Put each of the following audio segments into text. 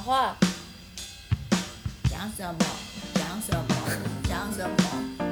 话，讲什么？讲什么？讲什么？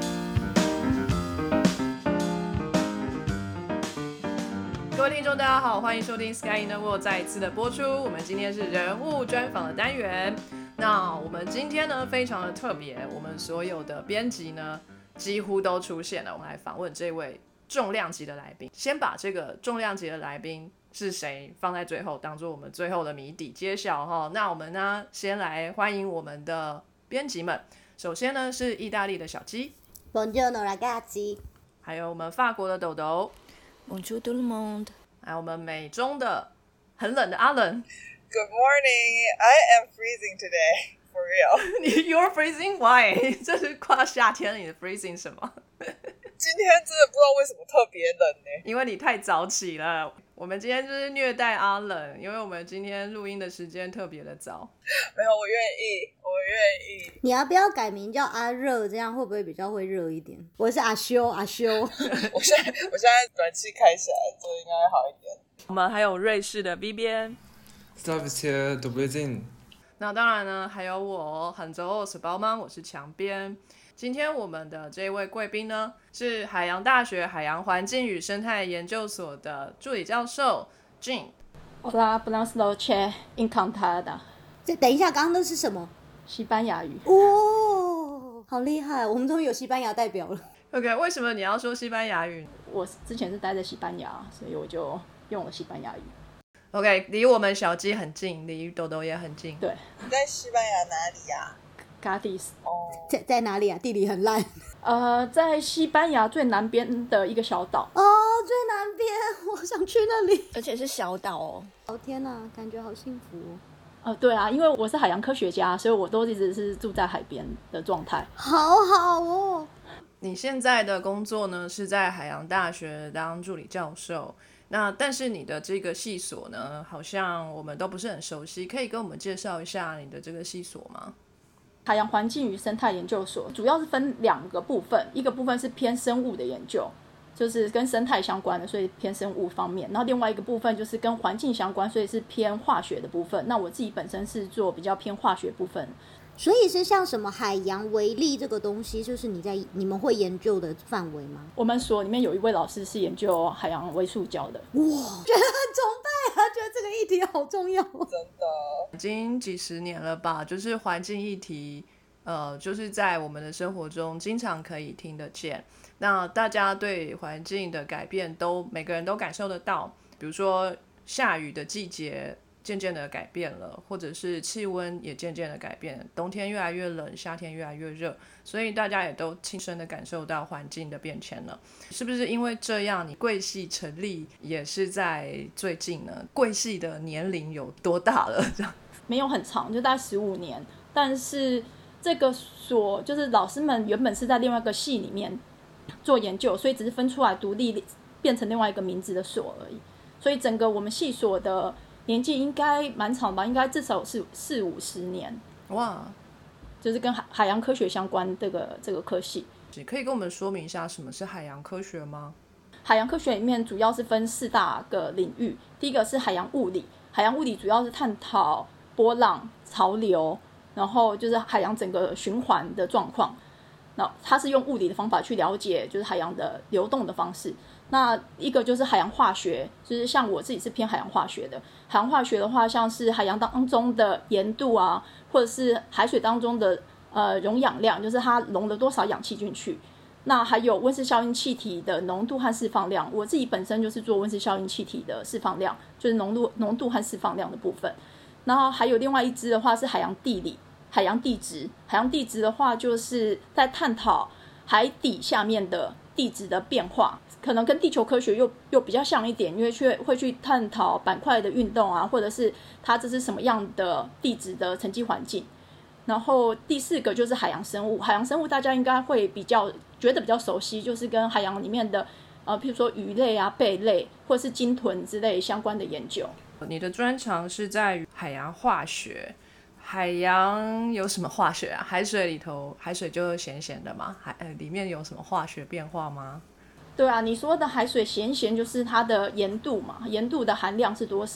各位听众，大家好，欢迎收听 Sky in the World 再一次的播出。我们今天是人物专访的单元。那我们今天呢非常的特别，我们所有的编辑呢几乎都出现了。我们来访问这位重量级的来宾，先把这个重量级的来宾是谁放在最后，当做我们最后的谜底揭晓哈。那我们呢先来欢迎我们的编辑们。首先呢是意大利的小鸡 Buongiorno ragazzi， 还有我们法国的豆豆 Bonjour tout le monde， 还有我们美中的很冷的阿冷。 Good morning. I am freezing today, for real. You're freezing? Why? 这是快要夏天了，你的 freezing 什么？ 今天真的不知道为什么特别冷呢？ 因为你太早起了。我们今天就是虐待阿冷，因为我们今天录音的时间特别的早。 没有，我愿意，我愿意。 你要不要改名叫阿热？这样会不会比较会热一点？我是阿修，阿修。 我现在暖气开起来，这应该好一点。 我们还有瑞士的 B 边。 Здравствуйте, добрый день。 那当然呢，还有我杭州是包妈，我是墙边。今天我们的这位贵宾呢，是海洋大学海洋环境与生态研究所的助理教授 Jean。 Hola, buenas noches, encantada。 等一下，刚刚那是什么？ 西班牙语。 哦，好厉害！我们终于有西班牙代表了。 OK， 为什么你要说西班牙语？ 我之前是待在西班牙，所以我就用了西班牙语。 OK， 离我们小鸡很近，离豆豆也很近。 对， 你在西班牙哪里呀 ？Cádiz。 在哪里啊？地理很烂。 在西班牙最南边的一个小岛。 哦，最南边，我想去那里。 而且是小岛哦。 哦天哪，感觉好幸福哦。 对啊，因为我是海洋科学家，所以我都一直是住在海边的状态。 好好哦。 你现在的工作呢是在海洋大学当助理教授，那但是你的这个系所呢，好像我们都不是很熟悉，可以跟我们介绍一下你的这个系所吗？ 海洋环境与生态研究所主要是分两个部分，一个部分是偏生物的研究，就是跟生态相关的，所以偏生物方面，然后另外一个部分就是跟环境相关，所以是偏化学的部分。那我自己本身是做比较偏化学部分。 所以是像什么海洋微粒这个东西，就是你们会研究的范围吗？ 我们所里面有一位老师是研究海洋微塑胶的。 哇，觉得很崇拜啊，觉得这个议题好重要。 真的， 已经几十年了吧，就是环境议题，就是在我们的生活中经常可以听得见。那大家对环境的改变每个人都感受得到，比如说下雨的季节渐渐的改变了，或者是气温也渐渐的改变，冬天越来越冷，夏天越来越热，所以大家也都亲身的感受到环境的变迁了。是不是因为这样，你贵系成立也是在最近呢？贵系的年龄有多大了？ 没有很长，就大概15年，但是这个所就是老师们原本是在另外一个系里面做研究，所以只是分出来独立变成另外一个名字的所而已。所以整个我们系所的年纪应该蛮长吧，应该至少是40-50年。 哇， 就是跟海洋科学相关这个科系。 可以跟我们说明一下什么是海洋科学吗？ 海洋科学里面主要是分4大个领域，第一个是海洋物理，海洋物理主要是探讨波浪、潮流，然后就是海洋整个循环的状况。那它是用物理的方法去了解就是海洋的流动的方式。那一个就是海洋化学，就是像我自己是偏海洋化学的。海洋化学的话，像是海洋当中的盐度啊，或者是海水当中的溶氧量，就是它溶了多少氧气进去。那还有温室效应气体的浓度和释放量，我自己本身就是做温室效应气体的释放量，就是浓度和释放量的部分。然后还有另外一支的话是海洋地理、海洋地质。海洋地质的话，就是在探讨海底下面的地质的变化，可能跟地球科学又比较像一点，因为会去探讨板块的运动啊，或者是它这是什么样的地质的沉积环境。然后第4个就是海洋生物，海洋生物大家应该会觉得比较熟悉，就是跟海洋里面的譬如说鱼类啊、贝类或者是鲸豚之类相关的研究。 你的专长是在于海洋化学。海洋有什么化学啊？海水里头，海水就咸咸的吗？里面有什么化学变化吗？ 对啊，你说的海水咸咸就是它的盐度嘛，盐度的含量是多少？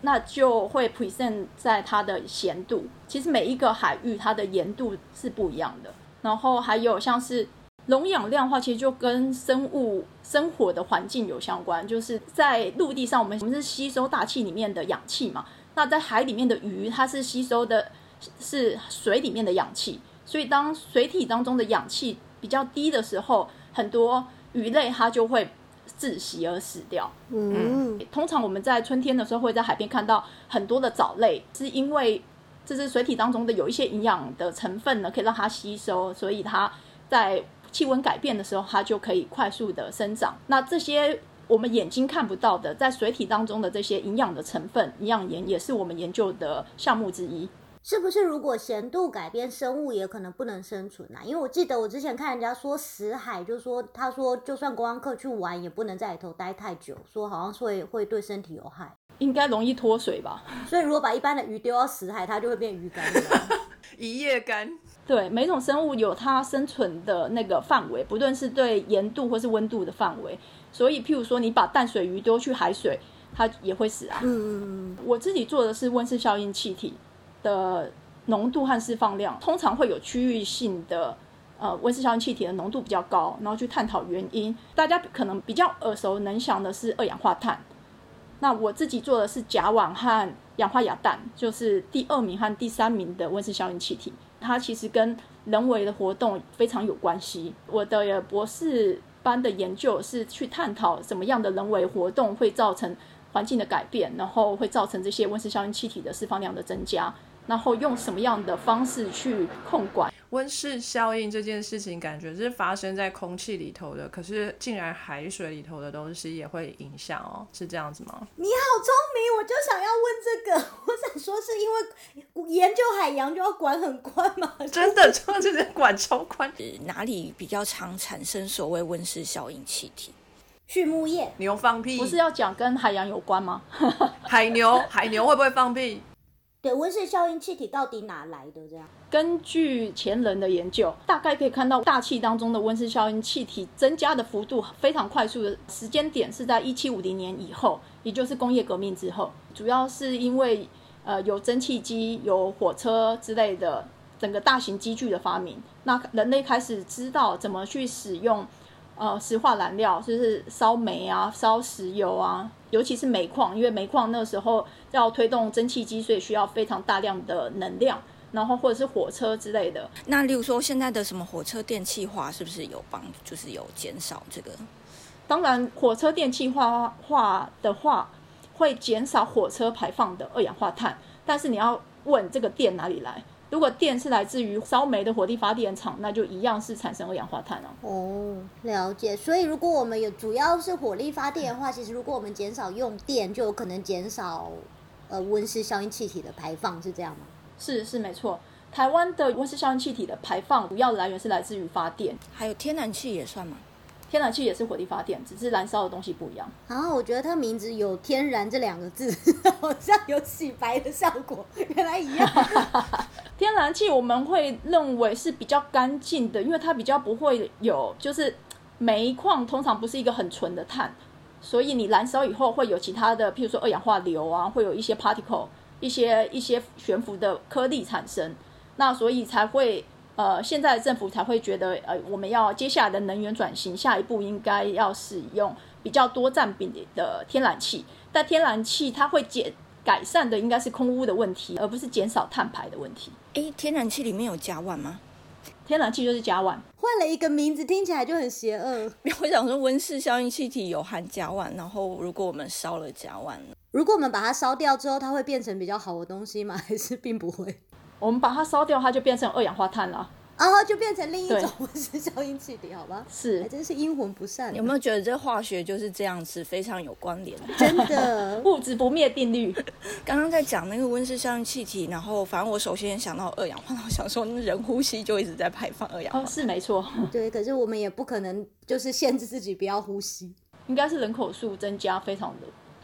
那就会 present 在它的咸度。其实每一个海域它的盐度是不一样的。然后还有像是溶氧量的话，其实就跟生物生活的环境有相关。就是在陆地上，我们是吸收大气里面的氧气嘛，那在海里面的鱼，它是吸收的是水里面的氧气。所以当水体当中的氧气比较低的时候，很多鱼类它就会窒息而死掉。通常我们在春天的时候会在海边看到很多的藻类，是因为这是水体当中的有一些营养的成分呢，可以让它吸收，所以它在气温改变的时候，它就可以快速的生长。那这些我们眼睛看不到的，在水体当中的这些营养的成分，营养盐也是我们研究的项目之一。 是不是如果咸度改变，生物也可能不能生存啊？因为我记得我之前看人家说死海，就说他说就算观光客去玩，也不能在里头待太久，说好像会对身体有害， 应该容易脱水吧。 所以如果把一般的鱼丢到死海，它就会变鱼干一夜干。 对，每种生物有它生存的那个范围，不论是对盐度或是温度的范围。所以譬如说你把淡水鱼丢去海水，它也会死啊。我自己做的是温室效应气体的浓度和释放量，通常会有区域性的温室效应气体的浓度比较高，然后去探讨原因。大家可能比较耳熟能详的是二氧化碳，那我自己做的是甲烷和氧化亚氮，就是第2名和第3名的温室效应气体。它其实跟人为的活动非常有关系。我的博士班的研究是去探讨什么样的人为活动会造成环境的改变，然后会造成这些温室效应气体的释放量的增加，然后用什么样的方式去控管。 温室效应这件事情感觉是发生在空气里头的，可是竟然海水里头的东西也会影响哦，是这样子吗？ 你好聪明，我就想要问这个。我想说是因为研究海洋就要管很宽吗？ 真的就是管超宽。 哪里比较常产生所谓温室效应气体？ 畜牧业。 牛放屁不是要讲跟海洋有关吗？ 海牛会不会放屁？ 对，温室效应气体到底哪来的？这样， 根据前人的研究，大概可以看到大气当中的温室效应气体增加的幅度非常快速的时间点是在1750年以后，也就是工业革命之后。主要是因为有蒸汽机、有火车之类的整个大型机具的发明，那人类开始知道怎么去使用石化燃料，就是烧煤啊、烧石油啊，尤其是煤矿，因为煤矿那时候要推动蒸汽机，所以需要非常大量的能量，然后或者是火车之类的。 那例如说现在的什么火车电气化，是不是有就是有减少这个？ 当然，火车电气化的话，会减少火车排放的二氧化碳，但是你要问这个电哪里来？如果电是来自于烧煤的火力发电厂，那就一样是产生二氧化碳啊。 哦，了解。所以如果我们有主要是火力发电的话，其实如果我们减少用电，就有可能减少温室效应气体的排放，是这样吗？ 是没错。台湾的温室效应气体的排放主要的来源是来自于发电， 还有天然气也算吗？ 天然气也是火力发电，只是燃烧的东西不一样。 我觉得它名字有天然这2个字，好像有洗白的效果，原来一样。 天然气我们会认为是比较干净的，因为它比较不会有，就是煤矿通常不是一个很纯的碳，所以你燃烧以后会有其他的，譬如说二氧化硫啊，会有一些 particle， 一些悬浮的颗粒产生，那所以才会现在政府才会觉得我们要接下来的能源转型，下一步应该要使用比较多占比的天然气，但天然气它会改善的应该是空污的问题，而不是减少碳排的问题。 天然气里面有甲烷吗？ 天然气就是甲烷， 换了一个名字，听起来就很邪恶。 我想说温室效应气体有含甲烷，然后如果我们烧了甲烷， 如果我们把它烧掉之后，它会变成比较好的东西吗？还是并不会？ 我们把它烧掉，它就变成二氧化碳了。 就变成另一种温室效应气体，好吧？ 是， 真是阴魂不散。 有没有觉得这化学就是这样子，非常有关联？ 真的， 物质不灭定律。 刚刚在讲那个温室效应气体，然后反正我首先想到二氧化碳，我想说人呼吸就一直在排放二氧化碳。 是没错。 对，可是我们也不可能就是限制自己不要呼吸。 应该是人口数增加非常的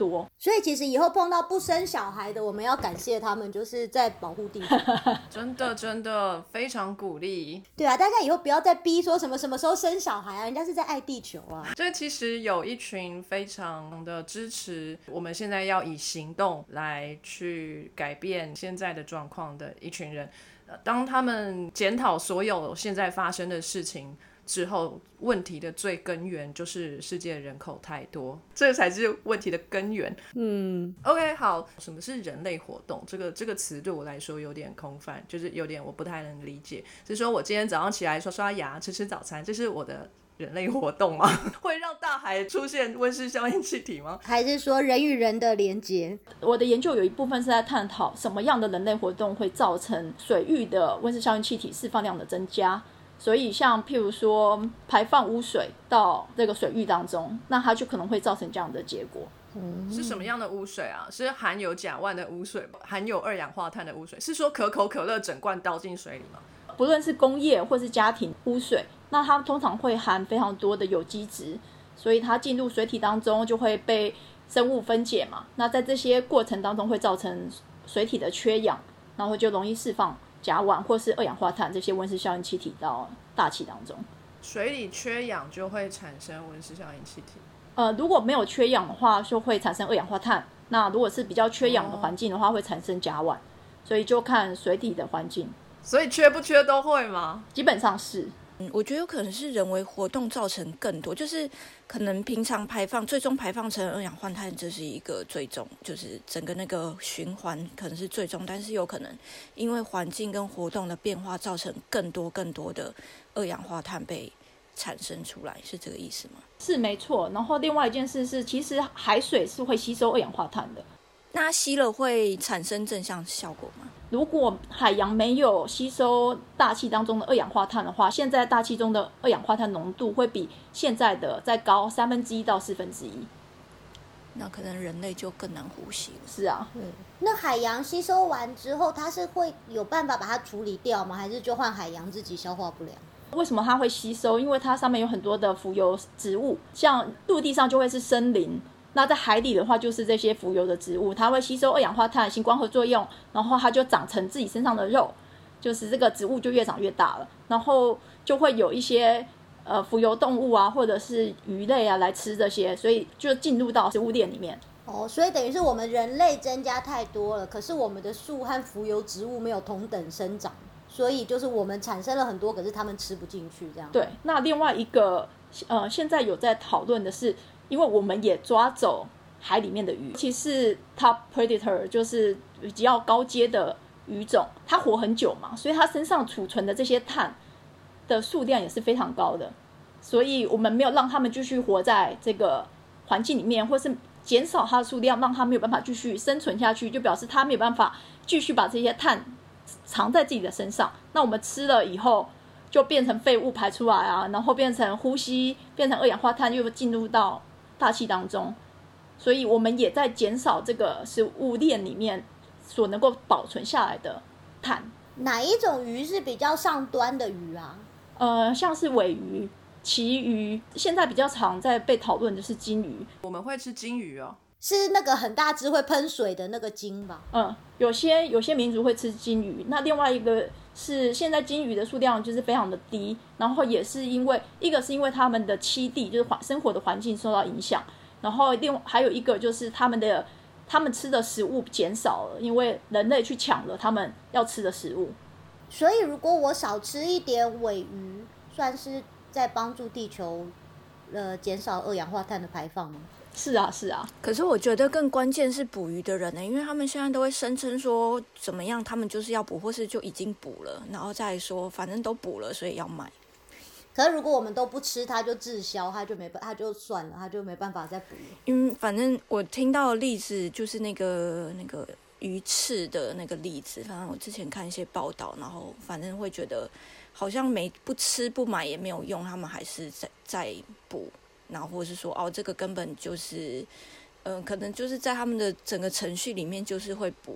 多。 所以其实以后碰到不生小孩的，我们要感谢他们，就是在保护地球。 真的非常鼓励。 对啊，大家以后不要再逼说什么时候生小孩啊，人家是在爱地球啊。 这其实有一群非常的支持我们现在要以行动来去改变现在的状况的一群人。当他们检讨所有现在发生的事情之后，问题的最根源就是世界人口太多，这才是问题的根源。OK， 好，什么是人类活动？这个词对我来说有点空泛，就是有点我不太能理解。是说我今天早上起来刷刷牙、吃早餐，这是我的人类活动吗？会让大海出现温室效应气体吗？ 还是说人与人的连结？ 我的研究有一部分是在探讨什么样的人类活动会造成水域的温室效应气体释放量的增加。所以像譬如说排放污水到这个水域当中，那它就可能会造成这样的结果。 是什么样的污水啊？是含有甲烷的污水吗？含有二氧化碳的污水？是说可口可乐整罐倒进水里吗？ 不论是工业或是家庭污水，那它通常会含非常多的有机质，所以它进入水体当中就会被生物分解嘛。那在这些过程当中会造成水体的缺氧，然后就容易释放甲烷或是二氧化碳这些温室效应气体到大气当中。 水里缺氧就会产生温室效应气体？ 如果没有缺氧的话，就会产生二氧化碳。那如果是比较缺氧的环境的话，会产生甲烷。所以就看水体的环境。 所以缺不缺都会吗？ 基本上是。 我觉得有可能是人为活动造成更多，就是可能平常最终排放成二氧化碳，这是一个最终，就是整个那个循环可能是最终，但是有可能因为环境跟活动的变化，造成更多的二氧化碳被产生出来，是这个意思吗？ 是没错。然后另外一件事是，其实海水是会吸收二氧化碳的。 那吸了会产生正向效果吗？ 如果海洋没有吸收大气当中的二氧化碳的话，现在大气中的二氧化碳浓度会比现在的再高1/3到1/4。 那可能人类就更难呼吸了。 是啊， 那海洋吸收完之后，它是会有办法把它处理掉吗？还是就换海洋自己消化不良？ 为什么它会吸收？因为它上面有很多的浮游植物，像陆地上就会是森林。那在海里的话，就是这些浮游的植物，它会吸收二氧化碳，行光合作用，然后它就长成自己身上的肉，就是这个植物就越长越大了，然后就会有一些浮游动物啊，或者是鱼类啊来吃这些，所以就进入到食物链里面。 所以等于是我们人类增加太多了，可是我们的树和浮游植物没有同等生长，所以就是我们产生了很多，可是他们吃不进去这样。 对，那另外一个现在有在讨论的是，因为我们也抓走海里面的鱼，其实 top predator 就是比较高阶的鱼种，它活很久嘛，所以它身上储存的这些碳的数量也是非常高的，所以我们没有让它们继续活在这个环境里面，或是减少它的数量，让它没有办法继续生存下去，就表示它没有办法继续把这些碳藏在自己的身上。那我们吃了以后就变成废物排出来啊，然后变成呼吸，变成二氧化碳又进入到大气当中，所以我们也在减少这个食物链里面所能够保存下来的碳。 哪一种鱼是比较上端的鱼啊？ 像是尾鱼、旗鱼，现在比较常在被讨论的是金鱼。 我们会吃金鱼哦， 是那个很大只会喷水的那个鲸吧？ 有些民族会吃金鱼。那另外一个是现在金鱼的数量就是非常的低，然后也是因为一个是因为他们的栖地就是生活的环境受到影响，然后还有一个就是他们吃的食物减少了，因为人类去抢了他们要吃的食物。 所以如果我少吃一点尾鱼，算是在帮助地球减少二氧化碳的排放吗？ 是啊是啊。 可是我觉得更关键是捕鱼的人呢，因为他们现在都会声称说怎么样，他们就是要捕，或是就已经捕了，然后再说反正都捕了，所以要买。 可是如果我们都不吃，它就滞销，它就算了，它就没办法再捕了。 因为反正我听到的例子就是那个鱼翅的那个例子，反正我之前看一些报道，然后反正会觉得好像不吃不买也没有用，他们还是在捕，然后或是说这个根本就是可能就是在他们的整个程序里面就是会捕。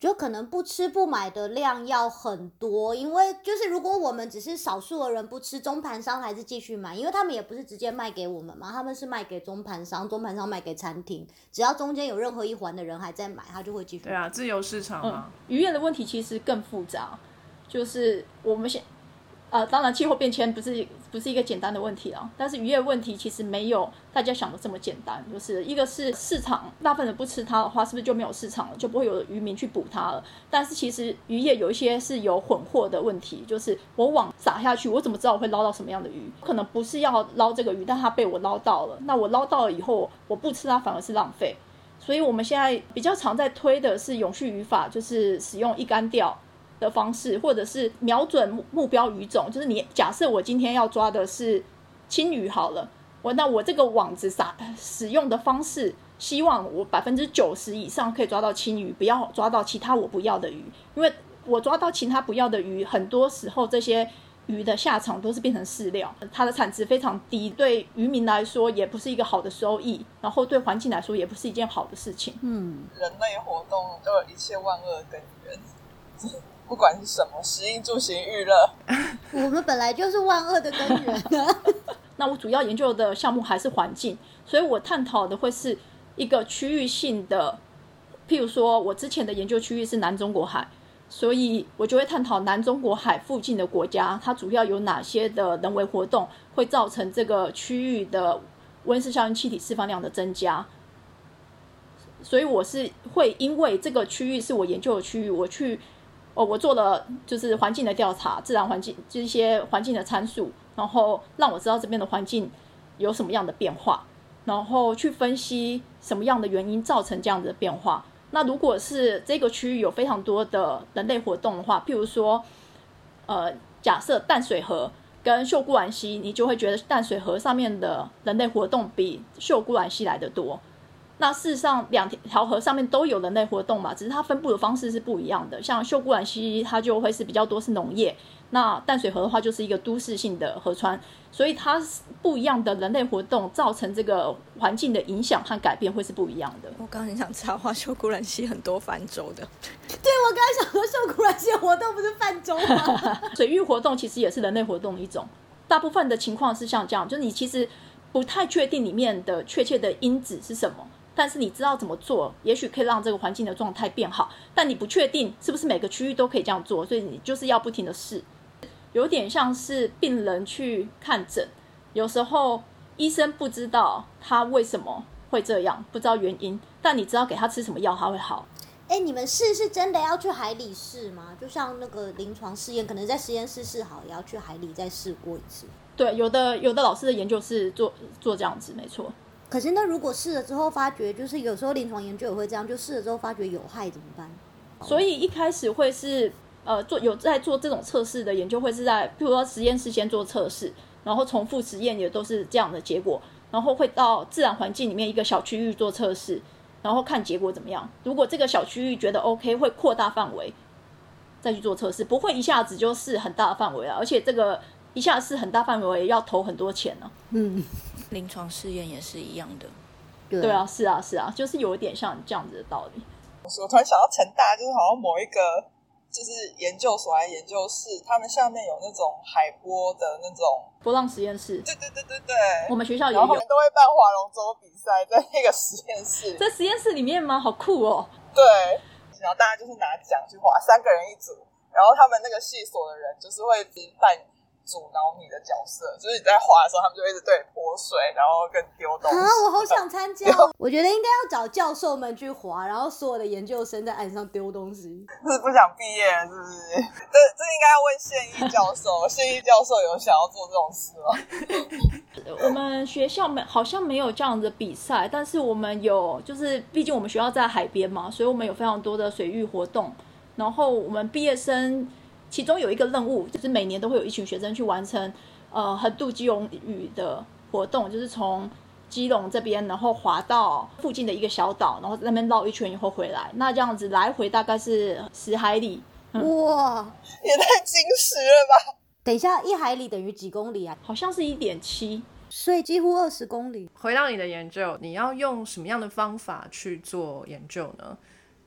就可能不吃不买的量要很多，因为就是如果我们只是少数的人不吃，中盘商还是继续买，因为他们也不是直接卖给我们嘛，他们是卖给中盘商，中盘商卖给餐厅，只要中间有任何一环的人还在买，他就会继续买。 对啊，自由市场嘛。 渔业的问题其实更复杂，就是我们当然气候变迁不是一个简单的问题啊，但是渔业问题其实没有大家想的这么简单，就是一个是市场，大部分人不吃它的话，是不是就没有市场了，就不会有渔民去捕它了？但是其实渔业有一些是有混货的问题，就是我网撒下去，我怎么知道我会捞到什么样的鱼？可能不是要捞这个鱼，但它被我捞到了，那我捞到了以后，我不吃它反而是浪费。所以我们现在比较常在推的是永续渔法，就是使用一竿钓的方式，或者是瞄准目标鱼种，就是你假设我今天要抓的是青鱼好了，那我这个网子使用的方式，希望我90%以上可以抓到青鱼，不要抓到其他我不要的鱼，因为我抓到其他不要的鱼，很多时候这些鱼的下场都是变成饲料，它的产值非常低，对渔民来说也不是一个好的收益，然后对环境来说也不是一件好的事情。 人类活动都有一切万恶的根源，不管是什么，食衣住行娱乐， 我们本来就是万恶的根源那我主要研究的项目还是环境，所以我探讨的会是一个区域性的，譬如说我之前的研究区域是南中国海，所以我就会探讨南中国海附近的国家，它主要有哪些的人为活动会造成这个区域的温室效应气体释放量的增加。所以我是会因为这个区域是我研究的区域，我做了就是环境的调查，自然环境这一些环境的参数，然后让我知道这边的环境有什么样的变化，然后去分析什么样的原因造成这样子的变化。那如果是这个区域有非常多的人类活动的话，譬如说假设淡水河跟秀姑峦溪，你就会觉得淡水河上面的人类活动比秀姑峦溪来得多。那事实上两条河上面都有人类活动嘛，只是它分布的方式是不一样的。像秀姑峦溪它就会是比较多是农业，那淡水河的话就是一个都市性的河川，所以它不一样的人类活动造成这个环境的影响和改变会是不一样的。 我刚刚很想插话，秀姑峦溪很多泛舟的。 对，我刚才想说秀姑峦溪活动不是泛舟吗水域活动其实也是人类活动的一种，大部分的情况是像这样，就是你其实不太确定里面的确切的因子是什么，但是你知道怎么做，也许可以让这个环境的状态变好，但你不确定是不是每个区域都可以这样做，所以你就是要不停的试。有点像是病人去看诊，有时候医生不知道他为什么会这样，不知道原因，但你知道给他吃什么药他会好。 你们试是真的要去海里试吗？就像那个临床试验，可能在实验室试好，也要去海里再试过一次。 对，有的老师的研究是做这样子，没错。 可是那如果试了之后发觉，就是有时候临床研究也会这样，就试了之后发觉有害怎么办？ 所以一开始会是有在做这种测试的研究，会是在譬如说实验室先做测试，然后重复实验也都是这样的结果，然后会到自然环境里面一个小区域做测试，然后看结果怎么样。如果这个小区域觉得 OK， 会扩大范围再去做测试，不会一下子就试很大的范围了，而且这个一下子试很大范围要投很多钱呢。 临床试验也是一样的。 对啊，是啊，就是有一点像这样子的道理。 我突然想到成大就是好像某一个就是研究所还研究室，他们下面有那种海波的那种波浪实验室。 对， 我们学校也有， 然后他们都会办划龙舟比赛在那个实验室， 在实验室里面吗？好酷哦。 对，然后大家就是拿奖去划，3个人一组，然后他们那个系所的人就是会扮阻挠你的角色，就是你在滑的时候他们就一直对你泼水，然后跟丢东西我好想参加我觉得应该要找教授们去滑，然后所有的研究生在岸上丢东西。 是不想毕业了是不是？这应该要问现役教授现役教授有想要做这种事吗？ 我们学校好像没有这样的比赛，但是我们有，就是毕竟我们学校在海边嘛，所以我们有非常多的水域活动，然后我们毕业生其中有一个任务，就是每年都会有一群学生去完成横渡基隆屿的活动，就是从基隆这边，然后滑到附近的一个小岛，然后在那边绕一圈以后回来，那这样子来回大概是10海里。 哇， 也太精实了吧！ 等一下，1海里等于几公里啊？ 好像是1.7， 所以几乎20公里。 回到你的研究，你要用什么样的方法去做研究呢？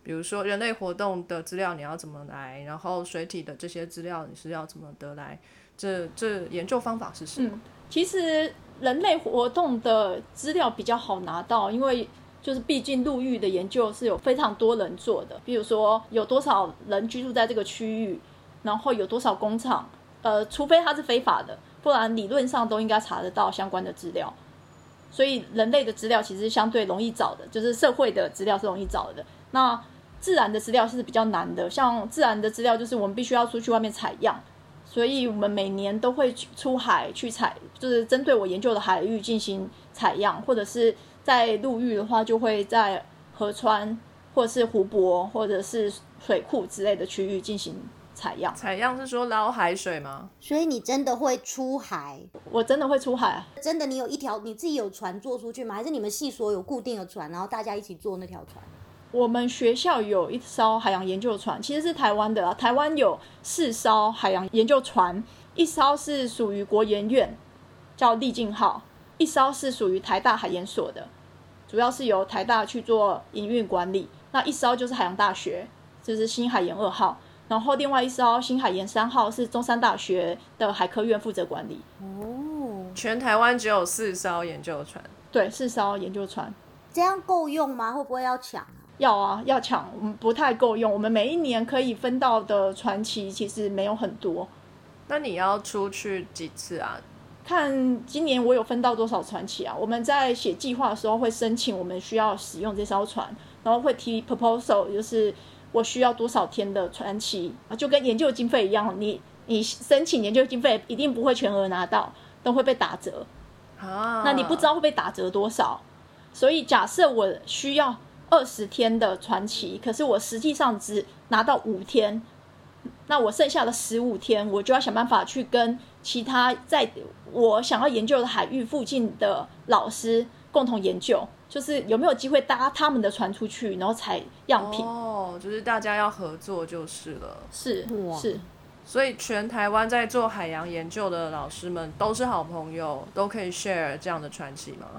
比如说人类活动的资料你要怎么来，然后水体的这些资料你是要怎么得来，这研究方法是什么？ 其实人类活动的资料比较好拿到，因为就是毕竟陆域的研究是有非常多人做的，比如说有多少人居住在这个区域，然后有多少工厂，除非它是非法的，不然理论上都应该查得到相关的资料。所以人类的资料其实相对容易找的，就是社会的资料是容易找的。那自然的资料是比较难的，像自然的资料就是我们必须要出去外面采样，所以我们每年都会出海去采，就是针对我研究的海域进行采样，或者是在陆域的话，就会在河川或者是湖泊或者是水库之类的区域进行采样。 采样是说捞海水吗？ 所以你真的会出海？ 我真的会出海。 真的，你有一条你自己有船坐出去吗？还是你们系所有固定的船，然后大家一起坐那条船？ 我们学校有一艘海洋研究船，其实是台湾的台湾有4艘海洋研究船，一艘是属于国研院，叫力进号，一艘是属于台大海研所的，主要是由台大去做营运管理。那一艘就是海洋大学，就是新海研2号，然后另外一艘新海研3号是中山大学的海科院负责管理。 全台湾只有4艘研究船？ 对，4艘研究船。 这样够用吗？会不会要抢啊？ 要啊，要抢，我们不太够用。我们每一年可以分到的船期其实没有很多。 那你要出去几次啊？ 看今年我有分到多少船期啊？我们在写计划的时候会申请我们需要使用这艘船，然后会提 proposal， 就是我需要多少天的船期，就跟研究经费一样，你申请研究经费一定不会全额拿到，都会被打折啊。那你不知道会被打折多少，所以假设我需要20天的船期，可是我实际上只拿到5天，那我剩下的15天，我就要想办法去跟其他在我想要研究的海域附近的老师共同研究，就是有没有机会搭他们的船出去，然后采样品。 就是大家要合作就是了。 是。 所以全台湾在做海洋研究的老师们都是好朋友，都可以 share 这样的传奇吗？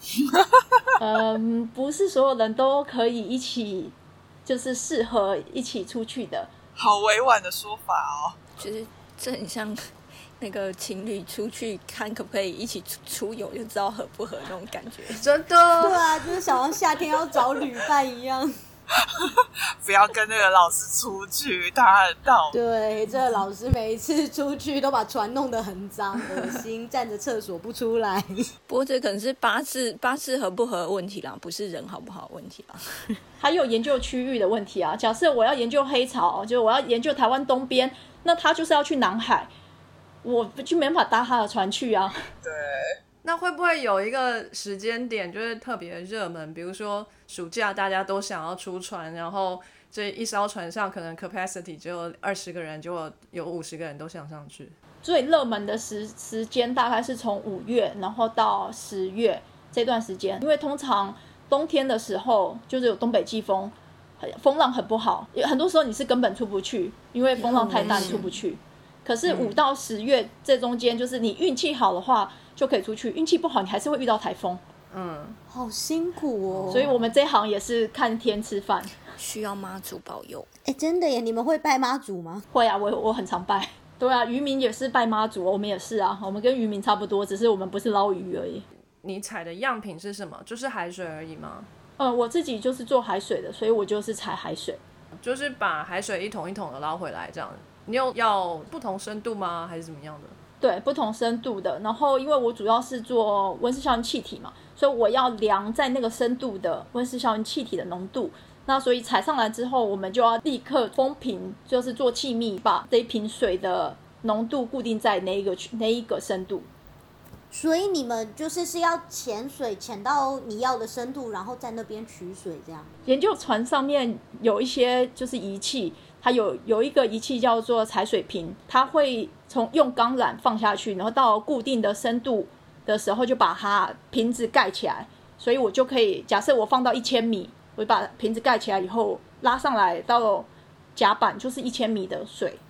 不是所有人都可以一起，就是适合一起出去的。 好委婉的说法哦。 就是这很像那个情侣出去看可不可以一起出游，就知道合不合那种感觉。 真的。 对啊，就是想要夏天要找旅伴一样。 不要跟那个老师出去，他很道。 对，这个老师每一次出去都把船弄得很脏，恶心，站着厕所不出来。 不过这可能是八字合不合的问题啦，不是人好不好的问题啦。 还有研究区域的问题啊。假设我要研究黑潮，就我要研究台湾东边，那他就是要去南海，我就没办法搭他的船去啊。 对。 那会不会有一个时间点就是特别热门，比如说暑假大家都想要出船，然后这一艘船上可能 capacity 只有20个人，结果有50个人都想上去？ 最热门的时间大概是从5月然后到10月这段时间，因为通常冬天的时候就是有东北季风，风浪很不好，很多时候你是根本出不去，因为风浪太大你出不去。可是5到10月这中间，就是你运气好的话就可以出去，运气不好你还是会遇到台风。 好辛苦哦。 所以我们这行也是看天吃饭， 需要妈祖保佑。 真的耶，你们会拜妈祖吗？ 会啊，我很常拜。对啊，渔民也是拜妈祖，我们也是啊，我们跟渔民差不多，只是我们不是捞鱼而已。 你采的样品是什么？就是海水而已吗？ 我自己就是做海水的，所以我就是采海水， 就是把海水一桶一桶的捞回来这样。你有要不同深度吗？还是怎么样的？ 对，不同深度的。然后因为我主要是做温室效应气体嘛，所以我要量在那个深度的温室效应气体的浓度。那所以采上来之后，我们就要立刻封瓶，就是做气密，把这一瓶水的浓度固定在那一个深度。 所以你们是要潜水潜到你要的深度，然后在那边取水这样。 研究船上面有一些就是仪器，它有一个仪器叫做采水瓶，它会用钢缆放下去，然后到固定的深度的时候就把它瓶子盖起来，所以我就可以假设我放到1000米，我把瓶子盖起来以后拉上来到甲板就是1000米的水。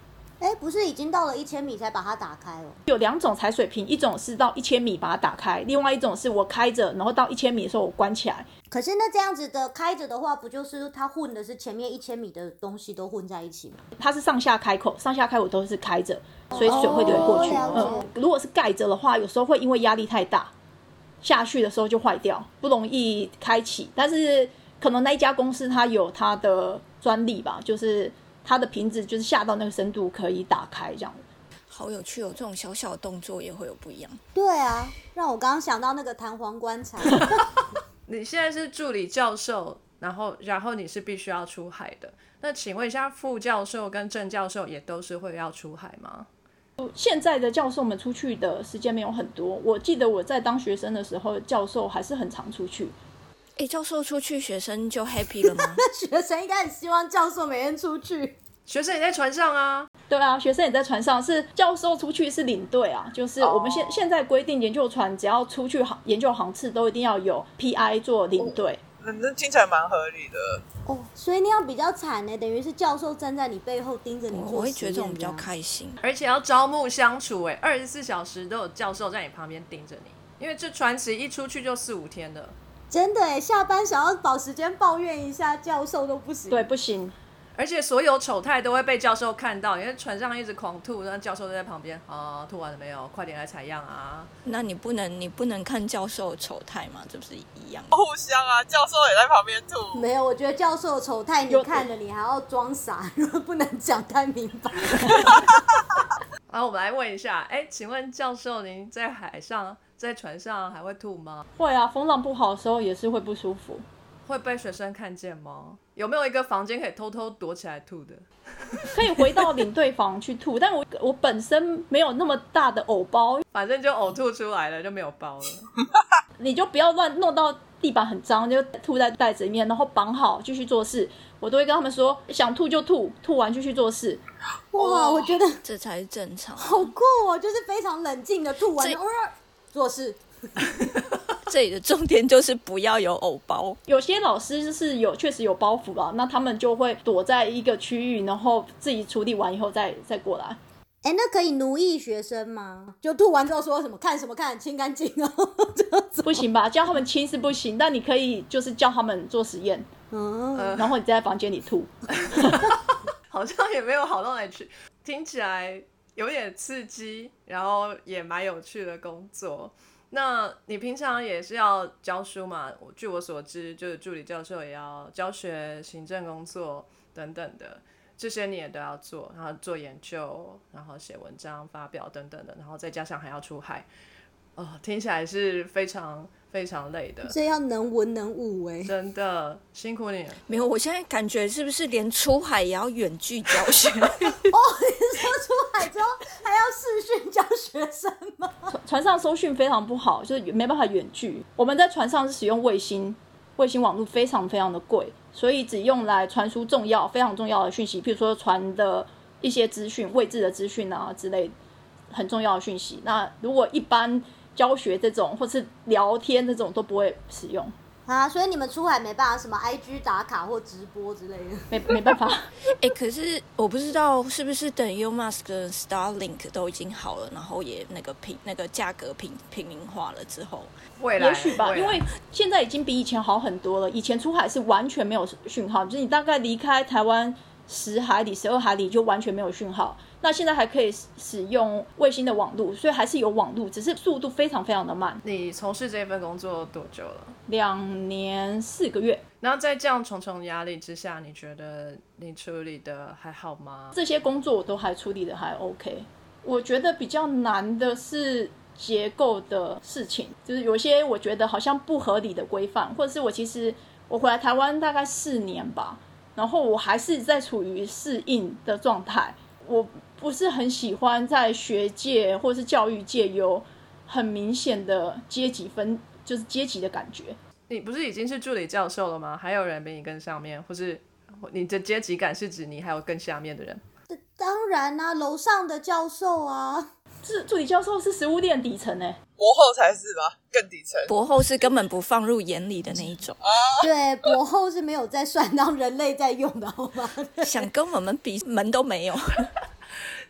不是已经到了1000米才把它打开了？ 有2种采水瓶，一种是到1000米把它打开，另外一种是我开着，然后到1000米的时候我关起来。 可是那这样子的开着的话，不就是它混的是前面1000米的东西都混在一起吗？ 它是上下开口，上下开口都是开着，所以水会流过去。如果是盖着的话，有时候会因为压力太大，下去的时候就坏掉，不容易开启。但是可能那一家公司它有它的专利吧，就是它的瓶子就是下到那个深度可以打开这样。 好有趣哦，这种小小的动作也会有不一样。 对啊，让我刚刚想到那个弹簧棺材。 你现在是助理教授，然后你是必须要出海的。那请问一下，副教授跟正教授也都是会要出海吗？ 现在的教授们出去的时间没有很多，我记得我在当学生的时候，教授还是很常出去。 教授出去，学生就 happy 了吗？ 学生应该很希望教授每天出去。 学生也在船上啊。 对啊，学生也在船上，是教授出去是领队啊，就是我们现在规定研究船只要出去研究航次都一定要有 PI 做领队。 那听起来蛮合理的。 所以你要比较惨呢，等于是教授站在你背后盯着你做实验。 我会觉得这种比较开心， 而且要朝暮相处，24小时都有教授在你旁边盯着你，因为这船期一出去就4-5天了。 真的下班想要找时间抱怨一下教授都不行。 对，不行。 而且所有丑态都会被教授看到，因为船上一直狂吐，那教授都在旁边吐完了没有？快点来采样啊！ 那你不能看教授的丑态吗？这不是一样？ 互相啊，教授也在旁边吐。 没有，我觉得教授的丑态你看了，你还要装傻，不能讲太明白。 然后我们来问一下，请问教授，您在海上、在船上还会吐吗？ 会啊，风浪不好的时候也是会不舒服。 会被学生看见吗？有没有一个房间可以偷偷躲起来吐的？ 可以回到领队房去吐，但我本身没有那么大的偶包， 反正就呕吐出来了，就没有包了。 你就不要乱弄到地板很脏，就吐在袋子里面，然后绑好继续做事。我都会跟他们说，想吐就吐，吐完继续做事。 哇，我觉得这才是正常。 好酷哦，就是非常冷静的吐完做事。 这里的重点就是不要有偶包。 有些老师是确实有包袱啦，那他们就会躲在一个区域，然后自己处理完以后再过来。 那可以奴役学生吗？就吐完之后说什么看什么看，清干净哦。 不行吧？叫他们清是不行，但你可以就是叫他们做实验，然后你在房间里吐。 好像也没有好到哪里去，听起来有点刺激，然后也蛮有趣的工作。那你平常也是要教书嘛？据我所知，就是助理教授也要教学、行政工作等等的，这些你也都要做，然后做研究，然后写文章、发表等等的，然后再加上还要出海，听起来是非常非常累的。 这要能文能武真的辛苦你了。 没有，我现在感觉是不是连出海也要远距教学？ 你说出海之后还要视讯教学生吗？ 船上收讯非常不好，就是没办法远距。我们在船上是使用卫星网络，非常非常的贵，所以只用来传输非常重要的讯息，譬如说船的一些资讯、位置的资讯啊之类很重要的讯息。那如果一般教学这种或是聊天这种都不会使用啊，所以你们出海没办法什么 IG 打卡或直播之类的， 没办法。 可是我不知道是不是等 Elon Musk 的 Starlink 都已经好了，然后也那个价格平民化了之后， 未来也许吧，因为现在已经比以前好很多了。以前出海是完全没有讯号，就是你大概离开台湾10海里、12海里就完全没有讯号。那现在还可以使用卫星的网路，所以还是有网路，只是速度非常非常的慢。 你从事这份工作多久了 ？2年4个月。 然后在这样重重压力之下，你觉得你处理的还好吗？ 这些工作我都还处理的还 OK。我觉得比较难的是结构的事情，就是有些我觉得好像不合理的规范，或者是我回来台湾大概4年吧，然后我还是在处于适应的状态。我不是很喜欢在学界或是教育界有很明显的阶级就是阶级的感觉。 你不是已经是助理教授了吗？还有人比你更上面，或是你的阶级感是指你还有更下面的人？ 当然啊，楼上的教授啊， 助理教授是食物链底层博后才是吧，更底层。 博后是根本不放入眼里的那一种。 对，博后是没有在算当人类在用的，好吗？ 想跟我们比门都没有。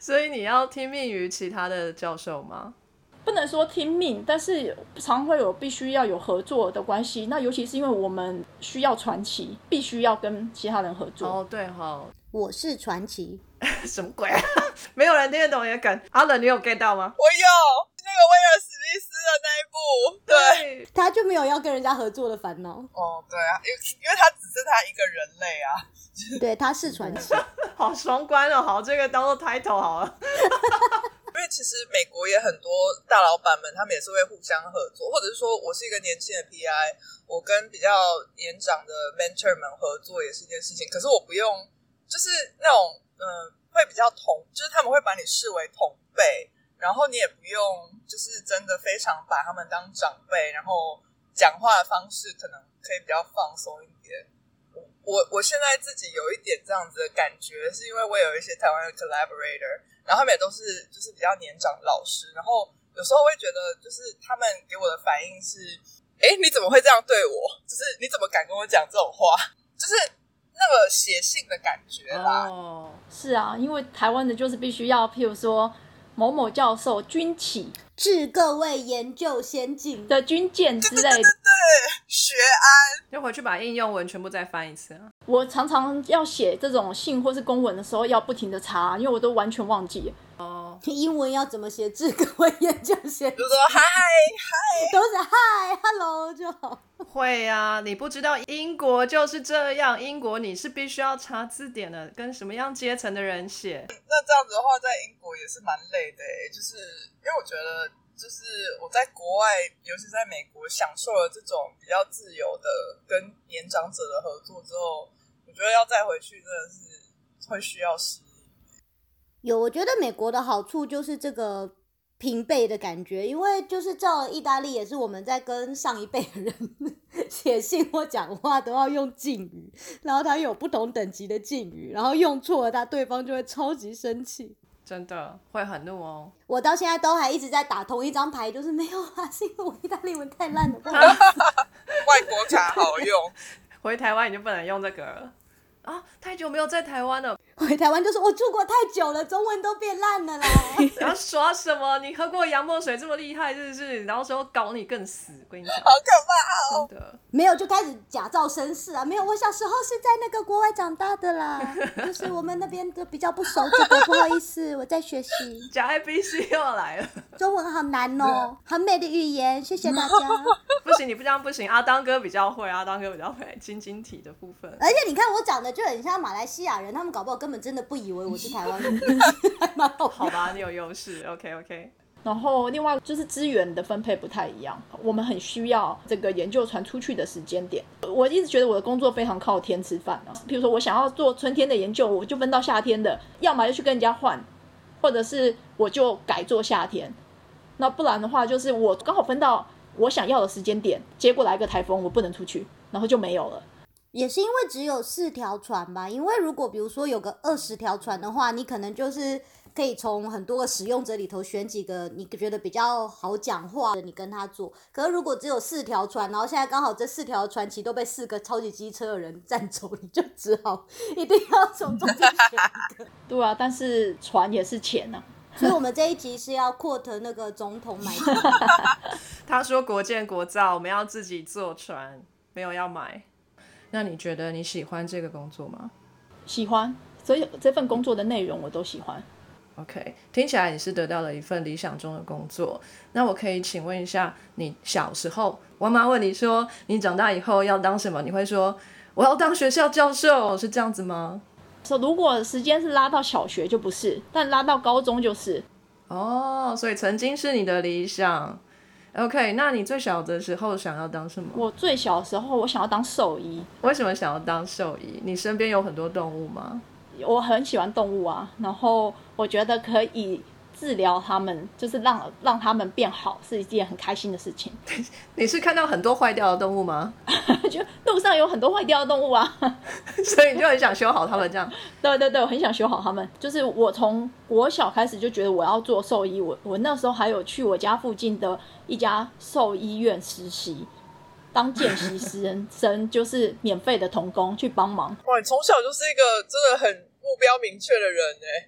所以你要听命于其他的教授吗？ 不能说听命，但是常会有必须要有合作的关系。那尤其是因为我们需要传奇，必须要跟其他人合作。 哦，对齁， 我是传奇， 什么鬼啊？没有人听得懂你的梗。阿冷，你有 get 到吗？ 我有那个威尔史密斯的那一部，对， 他就没有要跟人家合作的烦恼。 哦，对啊，因为他只是他一个人类啊。 对，他是传奇。 好双关哦，好，这个当做 title 好了。 因为其实美国也很多大老板们，他们也是会互相合作，或者是说我是一个年轻的 PI， 我跟比较年长的 mentor 们合作也是一件事情。可是我不用，就是那种会比较就是他们会把你视为同辈，然后你也不用就是真的非常把他们当长辈，然后讲话的方式可能可以比较放松一点。我现在自己有一点这样子的感觉，是因为我有一些台湾的 collaborator， 然后他们也都是就是比较年长的老师，然后有时候会觉得就是他们给我的反应是，你怎么会这样对我？就是你怎么敢跟我讲这种话？就是那个写信的感觉啦。 哦， 是啊，因为台湾的就是必须要，譬如说某某教授军旗致各位研究先进的军舰之类的。 对，学安就回去把应用文全部再翻一次啊。 我常常要写这种信或是公文的时候，要不停的查，因为我都完全忘记了。 哦， 英文要怎么写？致各位研究先进， 就说嗨， 都是嗨 hello 就好。 会啊，你不知道英国就是这样，英国你是必须要查字典的，跟什么样阶层的人写。 那这样子的话，在英国也是蛮累的就是因为我觉得，就是我在国外，尤其在美国，享受了这种比较自由的跟年长者的合作之后，我觉得要再回去真的是会需要适应。 有，我觉得美国的好处就是这个平辈的感觉，因为就是照了意大利也是我们在跟上一辈的人写信或讲话都要用敬语，然后他有不同等级的敬语，然后用错了对方就会超级生气， 真的会很怒哦。 我到现在都还一直在打同一张牌，就是没有啊，是因为我意大利文太烂了，不好意思。 外国卡好用， 回台湾你就不能用这个了啊！太久没有在台湾了， 回台湾就说我出国太久了，中文都变烂了啦。 然后耍什么？你喝过洋墨水这么厉害是不是？然后说搞你更死，我跟你讲， 好可怕哦！ 真的。 没有，就开始假造绅士啊！没有，我小时候是在那个国外长大的啦，就是我们那边的比较不熟这个，不好意思，我在学习。 假 ABC 又要来了， 中文好难哦，很美的语言，谢谢大家。 不行，你不这样不行。阿当哥比较会，晶晶体的部分。 而且你看我长得就很像马来西亚人，他们搞不好根本真的不以为我是台湾人，还蛮好。 好吧，你有优势。OK。 然后另外就是资源的分配不太一样，我们很需要这个研究传出去的时间点。我一直觉得我的工作非常靠天吃饭啊，比如说我想要做春天的研究，我就分到夏天的，要么就去跟人家换，或者是我就改做夏天。那不然的话，就是我刚好分到我想要的时间点，结果来个台风，我不能出去，然后就没有了。 也是因为只有4条船吧，因为如果比如说有个20条船的话，你可能就是可以从很多个使用者里头选几个你觉得比较好讲话的，你跟他做。可是如果只有4条船，然后现在刚好这4条船期都被4个超级机车的人占走，你就只好一定要从中间选一个。 对啊，但是船也是钱啊。 所以我们这一集是要 quote 那个总统买船。 他说国建国造，我们要自己坐船，没有要买。那你觉得你喜欢这个工作吗？ 喜欢，所以这份工作的内容我都喜欢。 OK， 听起来你是得到了一份理想中的工作。那我可以请问一下，你小时候妈妈问你说你长大以后要当什么，你会说我要当学校教授，是这样子吗？ 如果时间是拉到小学就不是，但拉到高中就是。 哦，所以曾经是你的理想。OK， 那你最小的时候想要当什么？ 我最小的时候我想要当兽医。 为什么想要当兽医？你身边有很多动物吗？ 我很喜欢动物啊，然后我觉得可以治疗他们，就是让他们变好，是一件很开心的事情。 你是看到很多坏掉的动物吗？ 就路上有很多坏掉的动物啊， 所以你就很想修好他们这样。 对，我很想修好他们。就是我从国小开始就觉得我要做兽医，我那时候还有去我家附近的一家兽医院实习，当见习生，就是免费的童工去帮忙。 哇，你从小就是一个真的很目标明确的人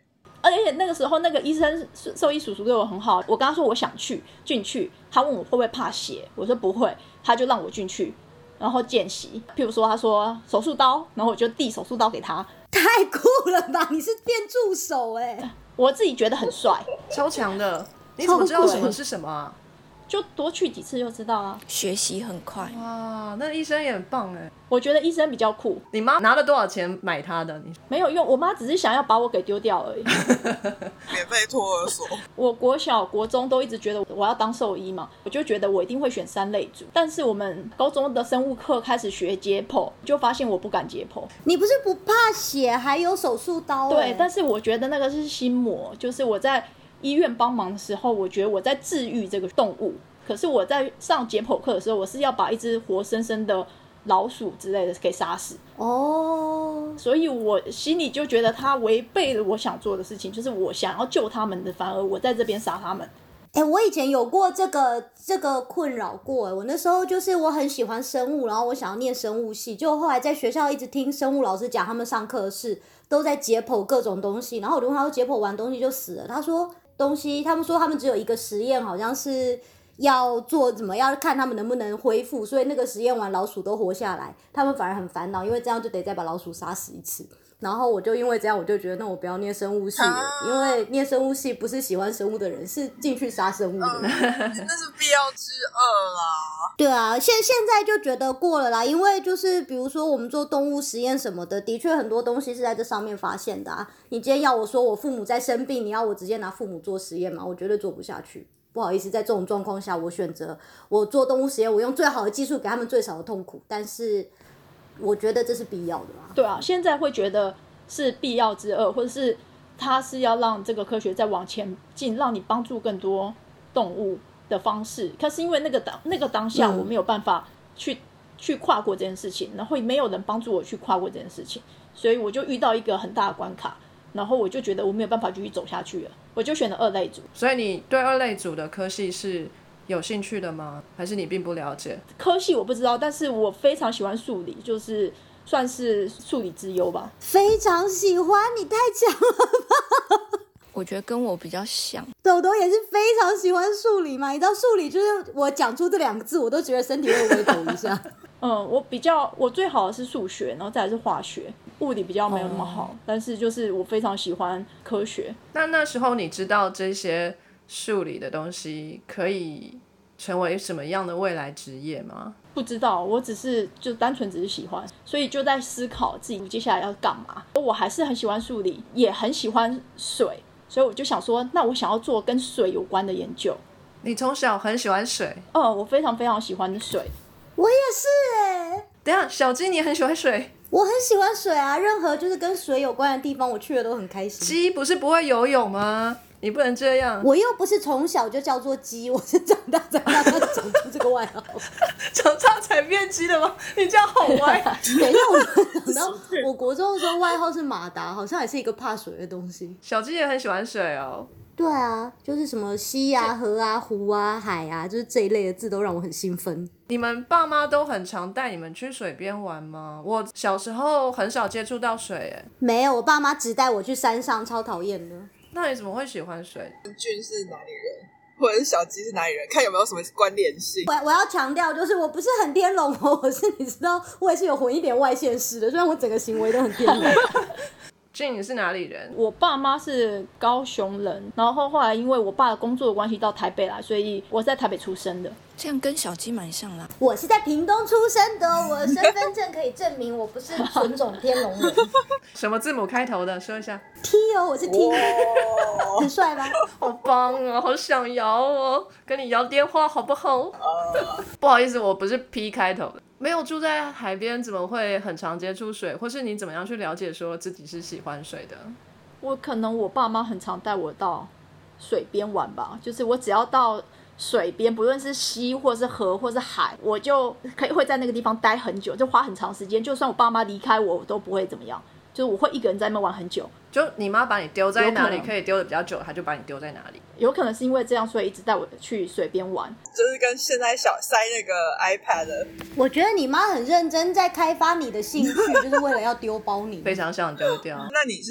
而且那个时候那个医生兽医叔叔对我很好，我跟他说我想进去，他问我会不会怕血，我说不会，他就让我进去，然后见习。譬如说他说手术刀，然后我就递手术刀给他。 太酷了吧！你是变助手我自己觉得很帅， 超强的。你怎么知道什么是什么啊？ 就多去几次就知道啊。 学习很快。 哇，那医生也很棒哎。 我觉得医生比较酷。 你妈拿了多少钱买他的？你没有用，我妈只是想要把我给丢掉而已。 免费托儿所。 我国小、国中都一直觉得我要当兽医嘛，我就觉得我一定会选3类组。但是我们高中的生物课开始学解剖，就发现我不敢解剖。 你不是不怕血，还有手术刀对，但是我觉得那个是心魔，就是我在医院帮忙的时候，我觉得我在治愈这个动物。可是我在上解剖课的时候，我是要把一只活生生的老鼠之类的给杀死。所以我心里就觉得他违背了我想做的事情，就是我想要救他们的，反而我在这边杀他们。 我以前有过这个困扰过。我那时候就是我很喜欢生物，然后我想要念生物系，就后来在学校一直听生物老师讲，他们上课是都在解剖各种东西，然后我就问他说解剖完东西就死了，他说他们说他们只有一个实验，好像是要做怎么要看他们能不能恢复，所以那个实验完老鼠都活下来，他们反而很烦恼，因为这样就得再把老鼠杀死一次。然后我就因为这样，我就觉得那我不要念生物系了，因为念生物系不是喜欢生物的人，是进去杀生物的人。 那是必要之恶啦。 对啊，现在就觉得过了啦，因为就是比如说我们做动物实验什么的，的确很多东西是在这上面发现的啊。你今天要我说我父母在生病，你要我直接拿父母做实验吗？我绝对做不下去。不好意思，在这种状况下，我选择我做动物实验，我用最好的技术给他们最少的痛苦，但是我觉得这是必要的啦。 对啊，现在会觉得是必要之恶，或者是它是要让这个科学再往前进，让你帮助更多动物的方式。可是因为那个当下我没有办法去跨过这件事情，然后没有人帮助我去跨过这件事情，所以我就遇到一个很大的关卡，然后我就觉得我没有办法继续走下去了，我就选了2类组。 所以你对2类组的科系是有兴趣的吗？还是你并不了解？ 科系我不知道，但是我非常喜欢数理，就是算是数理之优吧。 非常喜欢，你太强了吧。 我觉得跟我比较像。 豆豆也是非常喜欢数理嘛，你知道数理就是我讲出这2个字，我都觉得身体会微抖一下。 我最好的是数学，然后再来是化学，物理比较没有那么好，但是就是我非常喜欢科学。 那时候你知道这些数理的东西可以成为什么样的未来职业吗？ 不知道，我就单纯只是喜欢，所以就在思考自己接下来要干嘛。我还是很喜欢数理，也很喜欢水，所以我就想说，那我想要做跟水有关的研究。 你从小很喜欢水？ 我非常非常喜欢水。 我也是等一下，小鸡你很喜欢水？ 我很喜欢水啊，任何就是跟水有关的地方我去了都很开心。 鸡不是不会游泳吗？你不能这样。 我又不是从小就叫做鸡，我是长大才慢慢长出这个外号。 长大才变鸡的吗？你这样好歪。 等一下，我想到我国中的时候外号是马达，好像也是一个怕水的东西。 小鸡也很喜欢水哦。 对啊，就是什么溪啊、河啊、湖啊、海啊，就是这一类的字都让我很兴奋。 你们爸妈都很常带你们去水边玩吗？我小时候很少接触到水耶。 没有，我爸妈只带我去山上，超讨厌的。 那你怎么会喜欢水？ 俊是哪里人，或者是小鸡是哪里人？看有没有什么关联性。 我要强调，就是我不是很天龙哦，我是你知道，我也是有混一点外县市的，虽然我整个行为都很天龙。 俊，你是哪里人？ 我爸妈是高雄人，然后后来因为我爸的工作的关系到台北来，所以我是在台北出生的。 这样跟小鸡蛮像啦。 我是在屏东出生的，我的身份证可以证明我不是纯种天龙人。 什么字母开头的？说一下。 T 哦，我是 T，很帅吧？ 好棒哦，好想摇哦，跟你要电话好不好？不好意思，我不是 P 开头的。没有住在海边，怎么会很常接触水？或是你怎么样去了解说自己是喜欢水的？ 我爸妈很常带我到水边玩吧，就是我只要到水边，不论是溪或是河或是海，我就会在那个地方待很久，就花很长时间。就算我爸妈离开我都不会怎么样，就是我会一个人在那边玩很久。 就你妈把你丢在哪里可以丢的比较久，她就把你丢在哪里。 有可能是因为这样，所以一直带我去水边玩。 就是跟现在小塞那个 iPad。 我觉得你妈很认真在开发你的兴趣，就是为了要丢包你。 非常想丢掉。 那你是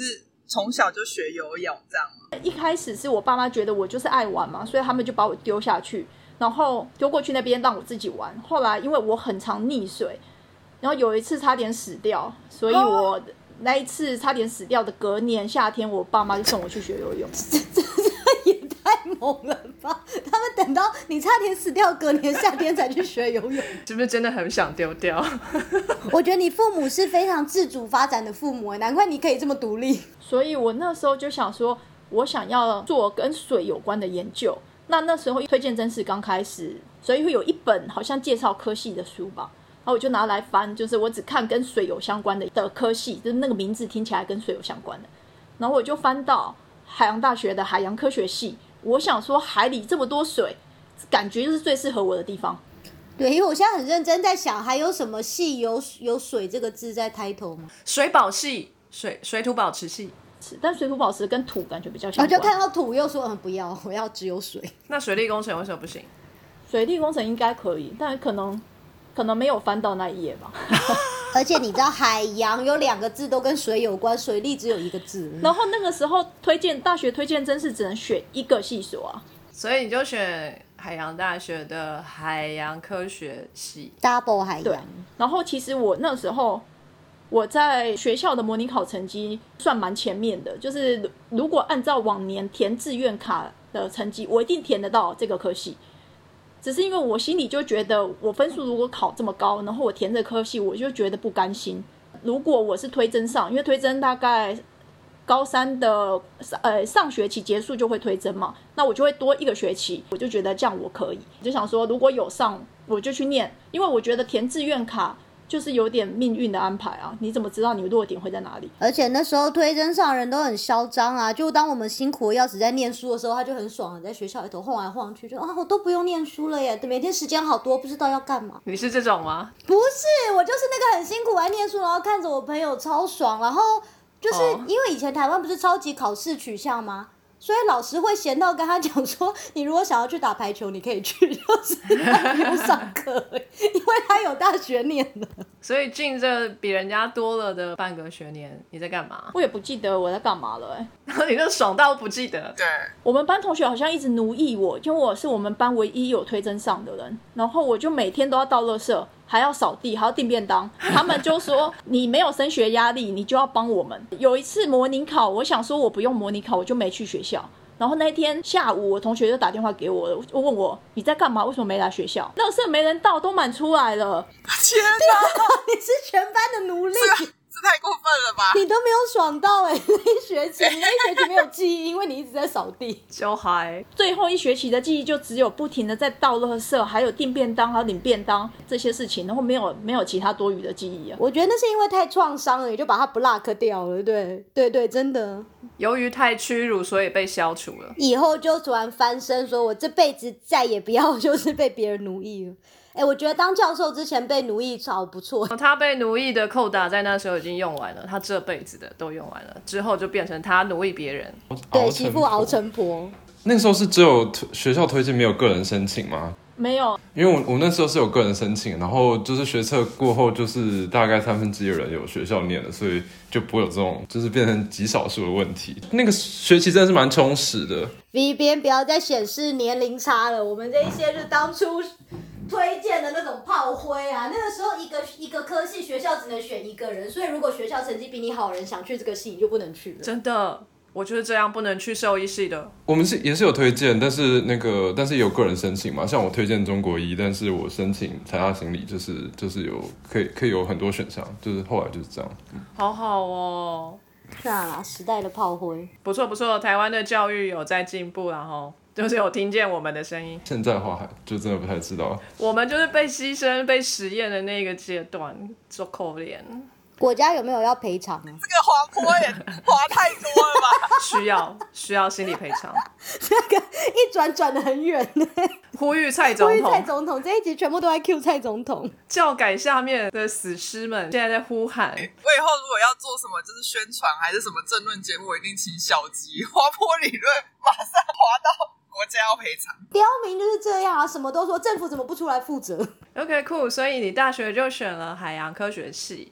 从小就学游泳这样吗？ 一开始是我爸妈觉得我就是爱玩嘛，所以他们就把我丢下去，然后丢过去那边让我自己玩。后来因为我很常溺水，然后有一次差点死掉，所以我那一次差点死掉的隔年夏天，我爸妈就送我去学游泳。 这也太猛了吧！他们等到你差点死掉，隔年夏天才去学游泳， 是不是真的很想丢掉？ 我觉得你父母是非常自主发展的父母，难怪你可以这么独立。 所以我那时候就想说，我想要做跟水有关的研究。那时候推荐真是刚开始，所以会有一本好像介绍科系的书吧。然后我就拿来翻，就是我只看跟水有相关的科系，就是那个名字听起来跟水有相关的。然后我就翻到海洋大学的海洋科学系，我想说海里这么多水，感觉就是最适合我的地方。 对，因为我现在很认真在想，还有什么系有水这个字在开头吗？ 水保系、水土保持系， 但水土保持跟土感觉比较相关。 我就看到土又说不要，我要只有水。 那水利工程为什么不行？ 水利工程应该可以，但可能没有翻到那一页吧。 而且你知道海洋有2个字都跟水有关，水利只有1个字。 然后那个时候大学推荐真是只能选一个系所啊， 所以你就选海洋大学的海洋科学系 double 海对洋。。 然后其实我那时候我在学校的模拟考成绩算蛮前面的，就是如果按照往年填志愿卡的成绩，我一定填得到这个科系。只是因为我心里就觉得，我分数如果考这么高，然后我填这科系，我就觉得不甘心。如果我是推甄上，因为推甄大概高三的上学期结束就会推甄嘛，那我就会多1个学期，我就觉得这样我可以，就想说如果有上我就去念，因为我觉得填志愿卡就是有点命运的安排啊，你怎么知道你弱点会在哪里？ 而且那时候推甄上的人都很嚣张啊，就当我们辛苦的要死在念书的时候，他就很爽的在学校里头晃来晃去，就我都不用念书了耶，每天时间好多，不知道要干嘛。 你是这种吗？ 不是，我就是那个很辛苦来念书，然后看着我朋友超爽，然后就是因为以前台湾不是超级考试取向吗？所以老师会闲到跟他讲说，你如果想要去打排球，你可以去，就是他不用上课，因为他有大学念了。 所以进这比人家多了的半个学年，你在干嘛？ 我也不记得我在干嘛了然后你就爽到不记得。 对， 我们班同学好像一直奴役我，因为我是我们班唯一有推甄上的人，然后我就每天都要倒垃圾，还要扫地，还要订便当。他们就说你没有升学压力，你就要帮我们。有一次模拟考，我想说我不用模拟考，我就没去学校。然后那天下午，我同学就打电话给我，问我你在干嘛？为什么没来学校？垃圾没人倒，都满出来了。 天哪， 你是全班的奴隶， 这太过分了吧？ 你都没有爽到那一学期，你那一学期没有记忆，因为你一直在扫地。 就嗨， 最后一学期的记忆就只有不停的在倒垃圾，还有订便当，还有领便当这些事情，然后没有其他多余的记忆啊。 我觉得那是因为太创伤了，你就把它 block 掉了，对，真的。 由于太屈辱，所以被消除了。 以后就突然翻身，说我这辈子再也不要就是被别人奴役了。我觉得当教授之前被奴役超不错。 他被奴役的扣打在那时候已经用完了，他这辈子的都用完了，之后就变成他奴役别人。 对，媳妇熬成婆。 那个时候是只有学校推荐，没有个人申请吗？ 没有， 因为我那时候是有个人申请，然后就是学测过后，就是大概1/3的人有学校念的，所以就不会有这种就是变成极少数的问题。那个学期真的是蛮充实的。 V 边不要再显示年龄差了，我们这一些是当初推荐的那种炮灰啊。那个时候一个科系学校只能选1个人，所以如果学校成绩比你好的人想去这个系，你就不能去了。 真的。我就是这样不能去兽医系的。 我们也是有推荐，但是也有个人申请嘛。像我推荐中国医，但是我申请台大心理，就是有可以有很多选项，就是后来就是这样。 好好哦。 算啦，时代的炮灰。 不错不错，台湾的教育有在进步，然后就是有听见我们的声音。 现在的话还就真的不太知道。 我们就是被牺牲、被实验的那个阶段，做可怜。 国家有没有要赔偿啊？ 这个滑坡也滑太多了吧？ 需要心理赔偿。 这个一转得很远呢。 呼吁蔡总统， 呼吁蔡总统，这一集全部都在 cue 蔡总统。 教改下面的死尸们现在在呼喊。 我以后如果要做什么就是宣传还是什么政论节目，我一定请小吉滑坡理论，马上滑到国家要赔偿。 刁民就是这样啊，什么都说，政府怎么不出来负责？ OK cool， 所以你大学就选了海洋科学系。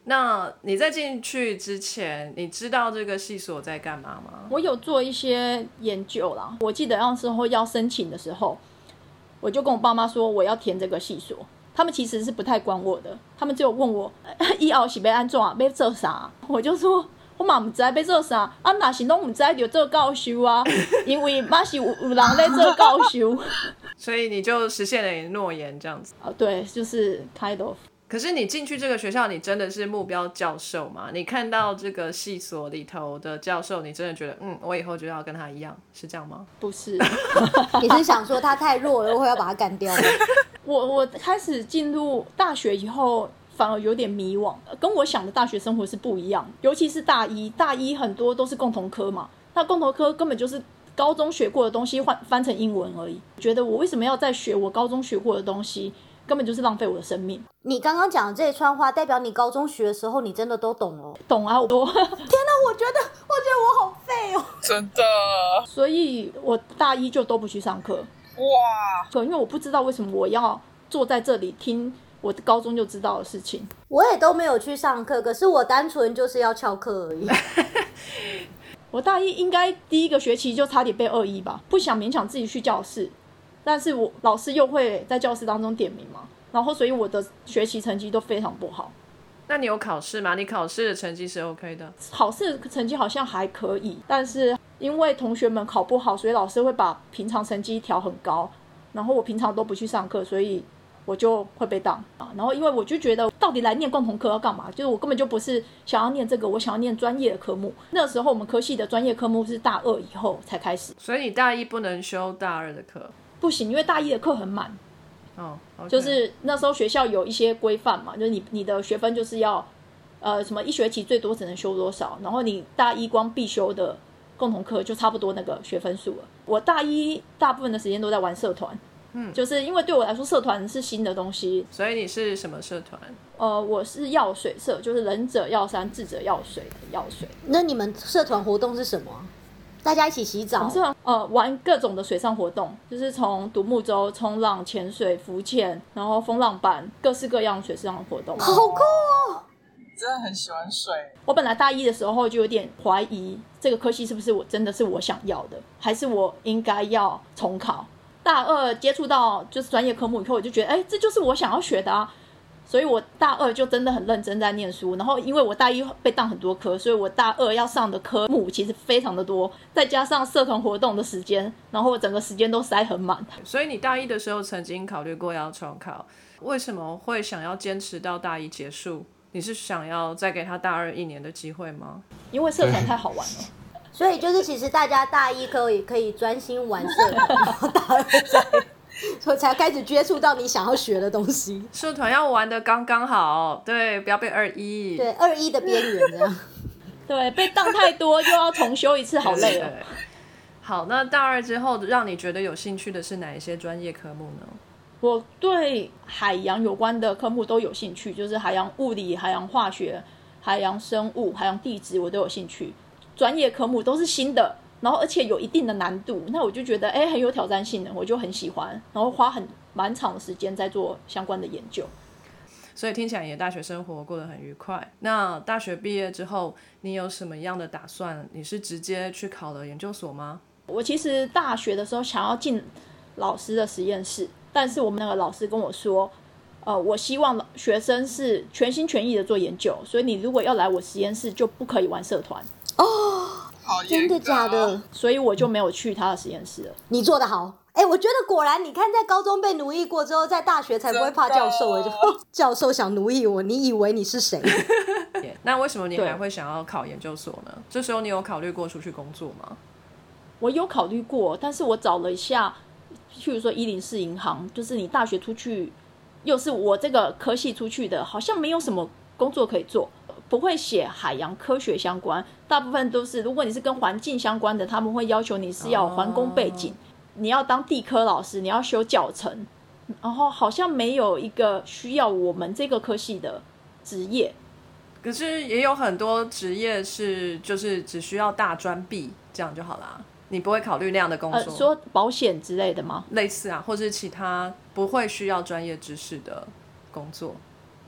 那你在进去之前，你知道这个系所在干嘛吗？ 我有做一些研究啦。我记得那时候要申请的时候，我就跟我爸妈说我要填这个系所，他们其实是不太管我的，他们只有问我以后是要安怎要做啥，我就说我嘛不知道要做啥，啊若是拢不知道就做教授啊，因为嘛是有人在做教授。 所以你就实现了你的诺言这样子。 对，就是 kind of。 可是你进去这个学校，你真的是目标教授吗？你看到这个系所里头的教授，你真的觉得我以后就要跟他一样，是这样吗？ 不是。 你是想说他太弱了，我要把他干掉吗？ 我开始进入大学以后，反而有点迷惘，跟我想的大学生活是不一样。尤其是大一很多都是共同科嘛，那共同科根本就是高中学过的东西翻成英文而已。觉得我为什么要再学我高中学过的东西？根本就是浪费我的生命。 你刚刚讲的这一串话，代表你高中学的时候，你真的都懂了。 懂啊，我都。 天哪，我觉得我好废哦。 真的。 所以我大一就都不去上课。 哇！ 因为我不知道为什么我要坐在这里听我高中就知道的事情。 我也都没有去上课，可是我单纯就是要翘课而已。 我大一应该第一个学期就差点被2-1吧，不想勉强自己去教室。但是我老师又会在教室当中点名嘛，然后所以我的学习成绩都非常不好。 那你有考试吗？你考试的成绩是 OK 的？ 考试成绩好像还可以，但是因为同学们考不好，所以老师会把平常成绩调很高，然后我平常都不去上课，所以我就会被当。然后因为我就觉得到底来念共同科要干嘛，就是我根本就不是想要念这个，我想要念专业的科目。那时候我们科系的专业科目是大2以后才开始， 所以你大一不能修大2的课？ 不行，因为大一的课很满。 okay. 就是那时候学校有一些规范嘛，就是你的学分就是要什么1学期最多只能修多少，然后你大一光必修的共同课就差不多那个学分数了。我大一大部分的时间都在玩社团，就是因为对我来说社团是新的东西。 所以你是什么社团？ 我是药水社，就是仁者药山智者药水的药水。 那你们社团活动是什么？大家一起洗澡？ 玩各种的水上活动，就是从独木舟、冲浪、潜水、浮潜，然后风浪板，各式各样的水上活动。 好酷哦！ 真的很喜欢水。 我本来大一的时候就有点怀疑这个科系是不是真的是我想要的，还是我应该要重考。大2接触到就是专业科目以后，我就觉得这就是我想要学的啊。所以我大2就真的很认真在念书，然后因为我大一被当很多科，所以我大2要上的科目其实非常的多，再加上社团活动的时间，然后我整个时间都塞很满。 所以你大一的时候曾经考虑过要重考，为什么会想要坚持到大一结束？你是想要再给他大21年的机会吗？ 因为社团太好玩了。 所以就是其实大家大一可以专心玩社团，然后大2所以才开始接触到你想要学的东西。 社团要玩的刚刚好，对，不要被2-1。 对，2-1的边缘这样。 对，被当太多又要重修一次，好累哦。 好，那大2之后让你觉得有兴趣的是哪一些专业科目呢？ 我对海洋有关的科目都有兴趣，就是海洋物理、海洋化学、海洋生物、海洋地质，我都有兴趣。专业科目都是新的，然后而且有一定的难度，那我就觉得很有挑战性的，我就很喜欢，然后花蛮长的时间在做相关的研究。 所以听起来你的大学生活过得很愉快。那大学毕业之后你有什么样的打算？你是直接去考了研究所吗？ 我其实大学的时候想要进老师的实验室，但是我们那个老师跟我说我希望学生是全心全意的做研究，所以你如果要来我实验室就不可以玩社团。 真的假的？ 所以我就没有去他的实验室了。 你做得好。我觉得果然，你看在高中被奴役过之后，在大学才不会怕教授。就教授想奴役我，你以为你是谁？ 那为什么你还会想要考研究所呢？这时候你有考虑过出去工作吗？ 我有考虑过，但是我找了一下，譬如说104银行，就是你大学出去，又是我这个科系出去的，好像没有什么工作可以做。不会写海洋科学相关，大部分都是如果你是跟环境相关的，他们会要求你是要有环工背景，你要当地科老师，你要修教程，然后好像没有一个需要我们这个科系的职业。 可是也有很多职业是就是只需要大专毕这样就好啦，你不会考虑那样的工作？ 说保险之类的吗？ 类似啊，或是其他不会需要专业知识的工作。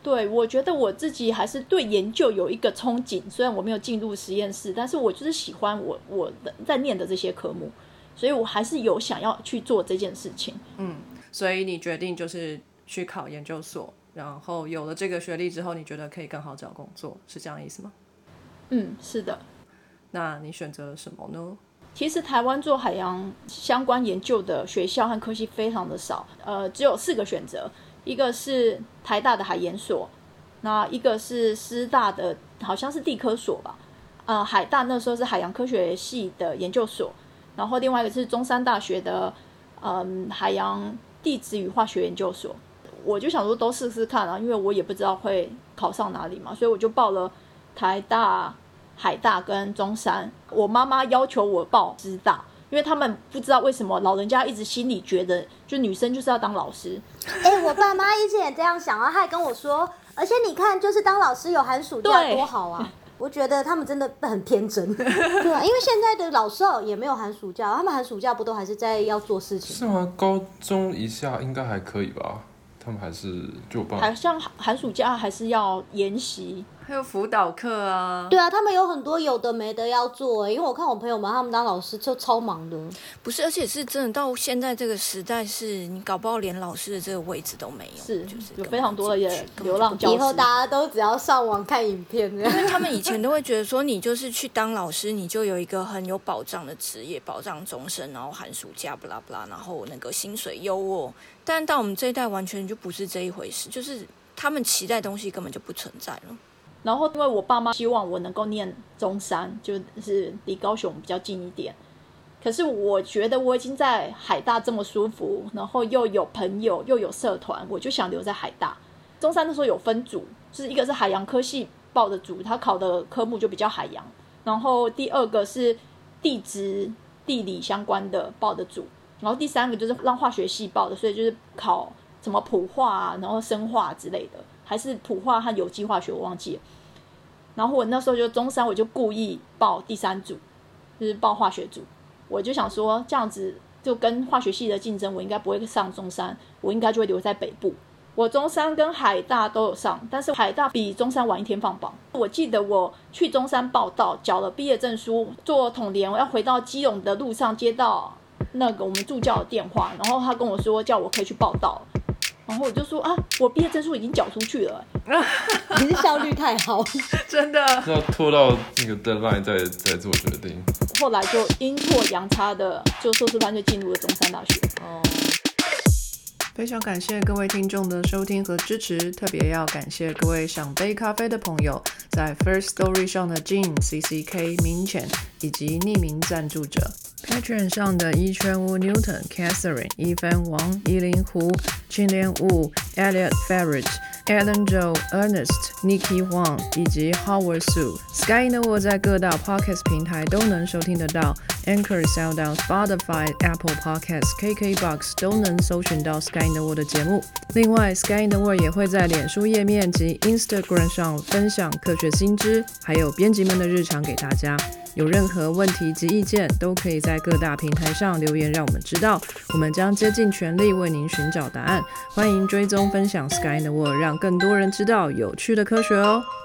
对，我觉得我自己还是对研究有一个憧憬，虽然我没有进入实验室，但是我就是喜欢我在念的这些科目，所以我还是有想要去做这件事情。 所以你决定就是去考研究所，然后有了这个学历之后，你觉得可以更好找工作，是这样的意思吗？ 是的。 那你选择了什么呢？ 其实台湾做海洋相关研究的学校和科系非常的少，只有4个选择，一个是台大的海研所，那一个是师大的好像是地科所吧，海大那时候是海洋科学系的研究所，然后另外一个是中山大学的海洋地质与化学研究所。我就想说都试试看啊，因为我也不知道会考上哪里嘛，所以我就报了台大、海大跟中山。我妈妈要求我报师大，因为他们不知道为什么老人家一直心里觉得就女生就是要当老师。 我爸妈以前也这样想啊，他还跟我说，而且你看就是当老师有寒暑假多好啊。我觉得他们真的很天真。对啊，因为现在的老师也没有寒暑假，他们寒暑假不都还是在要做事情？ 是吗？高中以下应该还可以吧？他们还是就有办法， 好像寒暑假还是要研习， 还有辅导课啊。 对啊，他们有很多有的没的要做，因为我看我朋友们他们当老师就超忙的。 不是，而且是真的到现在这个时代，是你搞不好连老师的这个位置都没有， 是就是有非常多的流浪教师。 以后大家都只要上网看影片，因为他们以前都会觉得说，你就是去当老师，你就有一个很有保障的职业，保障终身，然后寒暑假不拉不拉，然后那个薪水优渥。但到我们这一代完全就不是这一回事，就是他们期待的东西根本就不存在了。 然后因为我爸妈希望我能够念中山，就是离高雄比较近一点。可是我觉得我已经在海大这么舒服，然后又有朋友又有社团，我就想留在海大。中山那时候有分组，就是一个是海洋科系报的组，他考的科目就比较海洋，然后第二个是地质地理相关的报的组，然后第三个就是让化学系报的，所以就是考什么普化啊，然后生化之类的，还是普化和有机化学我忘记了。然后我那时候就中山，我就故意报第3组，就是报化学组。我就想说这样子就跟化学系的竞争，我应该不会上中山，我应该就会留在北部。我中山跟海大都有上，但是海大比中山晚1天放榜。我记得我去中山报到，缴了毕业证书，坐统联，我要回到基隆的路上接到那个我们助教的电话，然后他跟我说叫我可以去报到，然后我就说我毕业证书已经缴出去了。 你是效率太好， 真的要拖到那个 deadline 再做决定。 后来就阴错阳差的，就硕士班就进入了中山大学。 非常感谢各位听众的收听和支持，特别要感谢各位想杯咖啡的朋友，在 First Story 上的 Jean、CCK、明浅以及匿名赞助者。Patreon 上的一圈屋 Newton、Catherine、一帆王、依林胡、青莲雾、Elliot Farage、Alan Joe、Ernest、Nikki Huang 以及 Howard Su。Sky in the World 在各大 Podcast 平台都能收听得到 ，Anchor、SoundOn、Spotify、Apple Podcasts、KKBox 都能搜寻到 Sky in the World 的节目。另外 ，Sky in the World 也会在脸书页面及 Instagram 上分享科学新知，还有编辑们的日常给大家。有任何问题及意见，都可以在各大平台上留言让我们知道，我们将竭尽全力为您寻找答案。欢迎追踪分享 Sky in the World， 让更多人知道有趣的科学哦。